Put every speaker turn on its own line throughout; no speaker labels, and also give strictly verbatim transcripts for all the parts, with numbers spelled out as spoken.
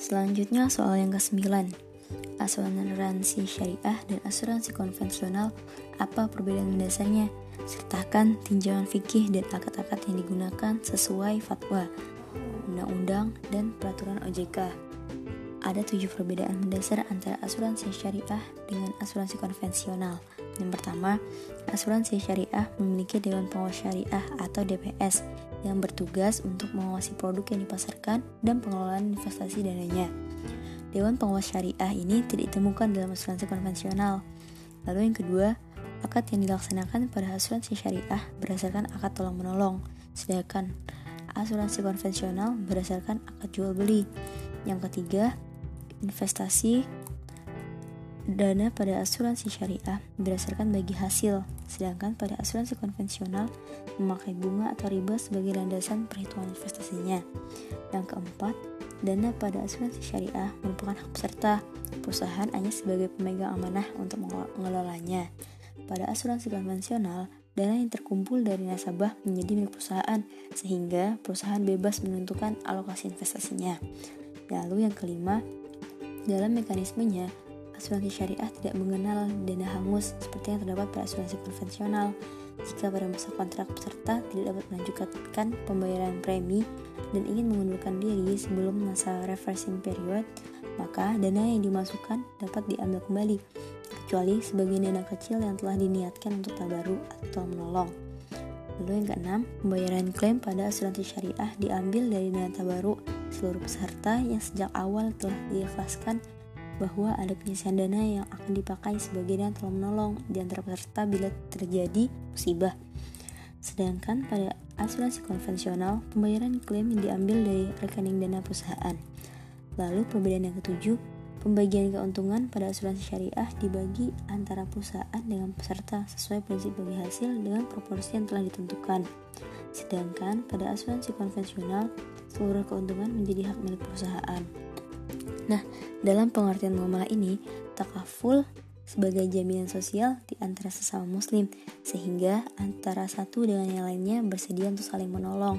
Selanjutnya soal yang kesembilan, asuransi syariah dan asuransi konvensional, apa perbedaan mendasarnya? Sertakan tinjauan fikih dan akad-akad yang digunakan sesuai fatwa, undang-undang, dan peraturan O J K. Ada tujuh perbedaan mendasar antara asuransi syariah dengan asuransi konvensional. Yang pertama, asuransi syariah memiliki Dewan Pengawas Syariah atau D P S yang bertugas untuk mengawasi produk yang dipasarkan dan pengelolaan investasi dananya. Dewan Pengawas Syariah ini tidak ditemukan dalam asuransi konvensional. Lalu yang kedua, akad yang dilaksanakan pada asuransi syariah berdasarkan akad tolong-menolong, sedangkan asuransi konvensional berdasarkan akad jual beli. Yang ketiga, investasi dana pada asuransi syariah berdasarkan bagi hasil, sedangkan pada asuransi konvensional memakai bunga atau riba sebagai landasan perhitungan investasinya. Yang keempat, dana pada asuransi syariah merupakan hak peserta, perusahaan hanya sebagai pemegang amanah untuk mengelolanya. Pada asuransi konvensional, dana yang terkumpul dari nasabah menjadi milik perusahaan, sehingga perusahaan bebas menentukan alokasi investasinya. Lalu yang kelima, dalam mekanismenya, asuransi syariah tidak mengenal dana hangus seperti yang terdapat pada asuransi konvensional. Jika pada masa kontrak peserta tidak dapat melanjutkan pembayaran premi dan ingin mengundurkan diri sebelum masa reversing period, maka dana yang dimasukkan dapat diambil kembali, kecuali sebagian dana kecil yang telah diniatkan untuk tabaru atau menolong. Lalu yang keenam, pembayaran klaim pada asuransi syariah diambil dari dana tabaru seluruh peserta yang sejak awal telah diikhlaskan bahwa ada penyisian dana yang akan dipakai sebagai dana tolong menolong di antara peserta bila terjadi musibah. Sedangkan pada asuransi konvensional, pembayaran klaim yang diambil dari rekening dana perusahaan. Lalu perbedaan yang ketujuh, pembagian keuntungan pada asuransi syariah dibagi antara perusahaan dengan peserta sesuai prinsip bagi hasil dengan proporsi yang telah ditentukan. Sedangkan pada asuransi konvensional, seluruh keuntungan menjadi hak milik perusahaan. Nah, dalam pengertian muamalah ini, takaful sebagai jaminan sosial di antara sesama muslim, sehingga antara satu dengan yang lainnya bersedia untuk saling menolong.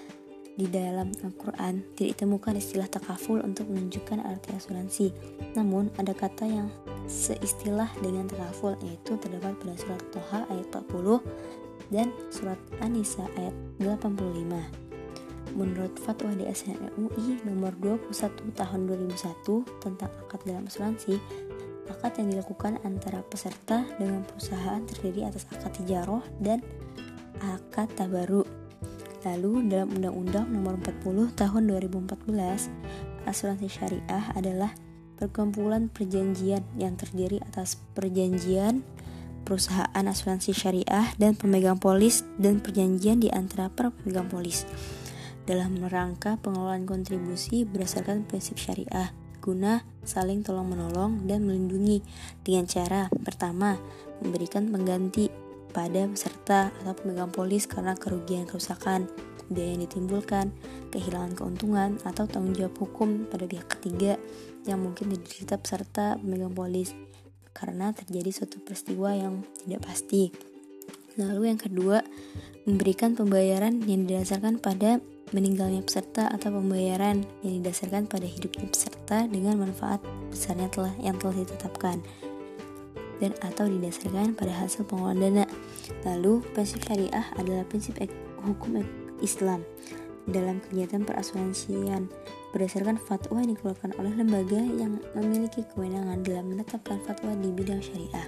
Di dalam Al-Quran tidak ditemukan istilah takaful untuk menunjukkan arti asuransi. Namun ada kata yang seistilah dengan takaful, yaitu terdapat pada surat Toha ayat empat puluh dan surat An-Nisa ayat delapan puluh lima. Menurut Fatwa D S M U I nomor dua puluh satu tahun dua ribu satu tentang akad dalam asuransi, akad yang dilakukan antara peserta dengan perusahaan terdiri atas akad tijaroh dan akad tabaru. Lalu dalam Undang-Undang nomor empat puluh tahun dua ribu empat belas, asuransi syariah adalah perkumpulan perjanjian yang terdiri atas perjanjian perusahaan asuransi syariah dan pemegang polis dan perjanjian di antara para pemegang polis dalam rangka pengelolaan kontribusi berdasarkan prinsip syariah guna saling tolong-menolong dan melindungi dengan cara pertama, memberikan pengganti pada peserta atau pemegang polis karena kerugian kerusakan, biaya yang ditimbulkan, kehilangan keuntungan atau tanggung jawab hukum pada pihak ketiga yang mungkin diderita peserta pemegang polis karena terjadi suatu peristiwa yang tidak pasti. Lalu yang kedua, memberikan pembayaran yang didasarkan pada meninggalnya peserta atau pembayaran yang didasarkan pada hidupnya peserta dengan manfaat besarnya telah yang telah ditetapkan dan atau didasarkan pada hasil pengelolaan dana. Lalu prinsip syariah adalah prinsip ek, hukum ek, Islam dalam kegiatan perasuransian berdasarkan fatwa yang dikeluarkan oleh lembaga yang memiliki kewenangan dalam menetapkan fatwa di bidang syariah.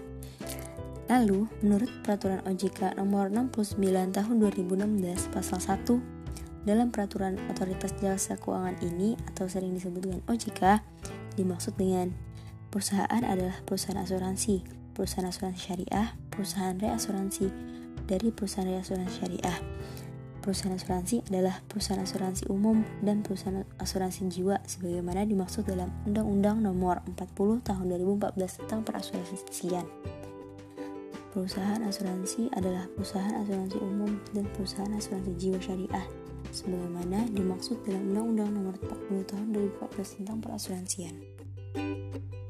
Lalu menurut peraturan O J K nomor enam puluh sembilan tahun dua ribu enam belas pasal satu, dalam peraturan otoritas jasa keuangan ini atau sering disebut dengan O J K, dimaksud dengan perusahaan adalah perusahaan asuransi, perusahaan asuransi syariah, perusahaan reasuransi dari perusahaan reasuransi syariah. Perusahaan asuransi adalah perusahaan asuransi umum dan perusahaan asuransi jiwa sebagaimana dimaksud dalam Undang-Undang nomor empat puluh tahun dua ribu empat belas tentang perasuransian. Perusahaan asuransi adalah perusahaan asuransi umum dan perusahaan asuransi jiwa syariah sebagaimana dimaksud dalam Undang-Undang nomor empat puluh tahun dua ribu empat belas tentang perasuransian.